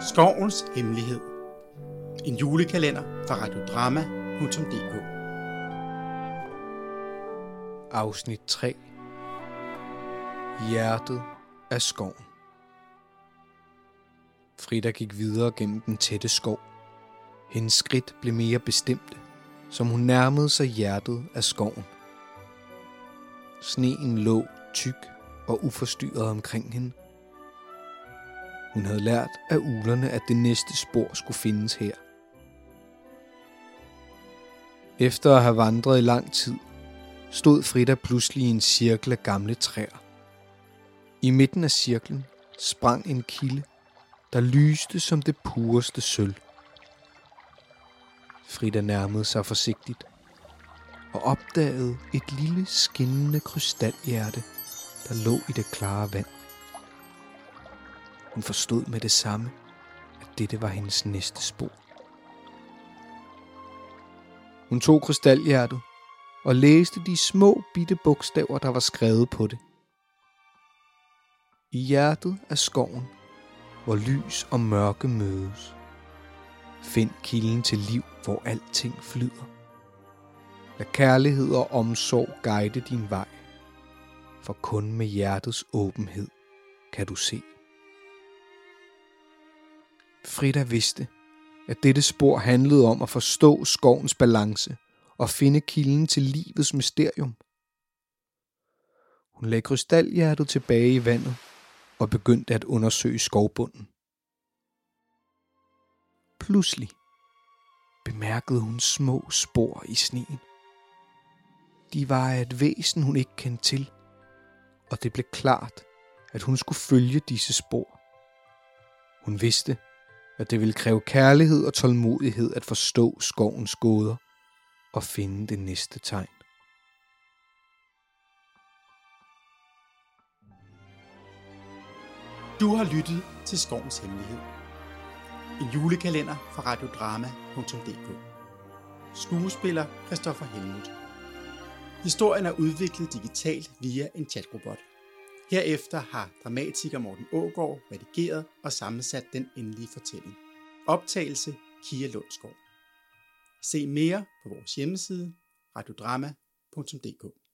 Skovens hemmelighed. En julekalender fra radiodrama.dk. Afsnit 3. Hjertet af skoven. Frida gik videre gennem den tætte skov. Hendes skridt blev mere bestemte, som hun nærmede sig hjertet af skoven. Sneen lå tyk og uforstyrret omkring hende. Hun havde lært af uglerne, at det næste spor skulle findes her. Efter at have vandret i lang tid, stod Frida pludselig i en cirkel af gamle træer. I midten af cirklen sprang en kilde, der lyste som det pureste sølv. Frida nærmede sig forsigtigt og opdagede et lille skinnende krystalhjerte, der lå i det klare vand. Hun forstod med det samme, at dette var hendes næste spor. Hun tog krystalhjertet og læste de små bitte bogstaver, der var skrevet på det. I hjertet af skoven, hvor lys og mørke mødes. Find kilden til liv, hvor alting flyder. Lad kærlighed og omsorg guide din vej, for kun med hjertets åbenhed kan du se. Frida vidste, at dette spor handlede om at forstå skovens balance og finde kilden til livets mysterium. Hun lagde krystalhjertet tilbage i vandet og begyndte at undersøge skovbunden. Pludselig bemærkede hun små spor i sneen. De var af et væsen, hun ikke kendte til, og det blev klart, at hun skulle følge disse spor. Hun vidste, at det ville kræve kærlighed og tålmodighed at forstå skovens gåder og finde det næste tegn. Du har lyttet til Skovens hemmelighed. En julekalender fra radiodrama.dk. Skuespiller Christoffer Helmuth. Historien er udviklet digitalt via en chatrobot. Herefter har dramatiker Morten Aagaard redigeret og sammensat den endelige fortælling. Optagelse Kia Lundsgaard. Se mere på vores hjemmeside radiodrama.dk.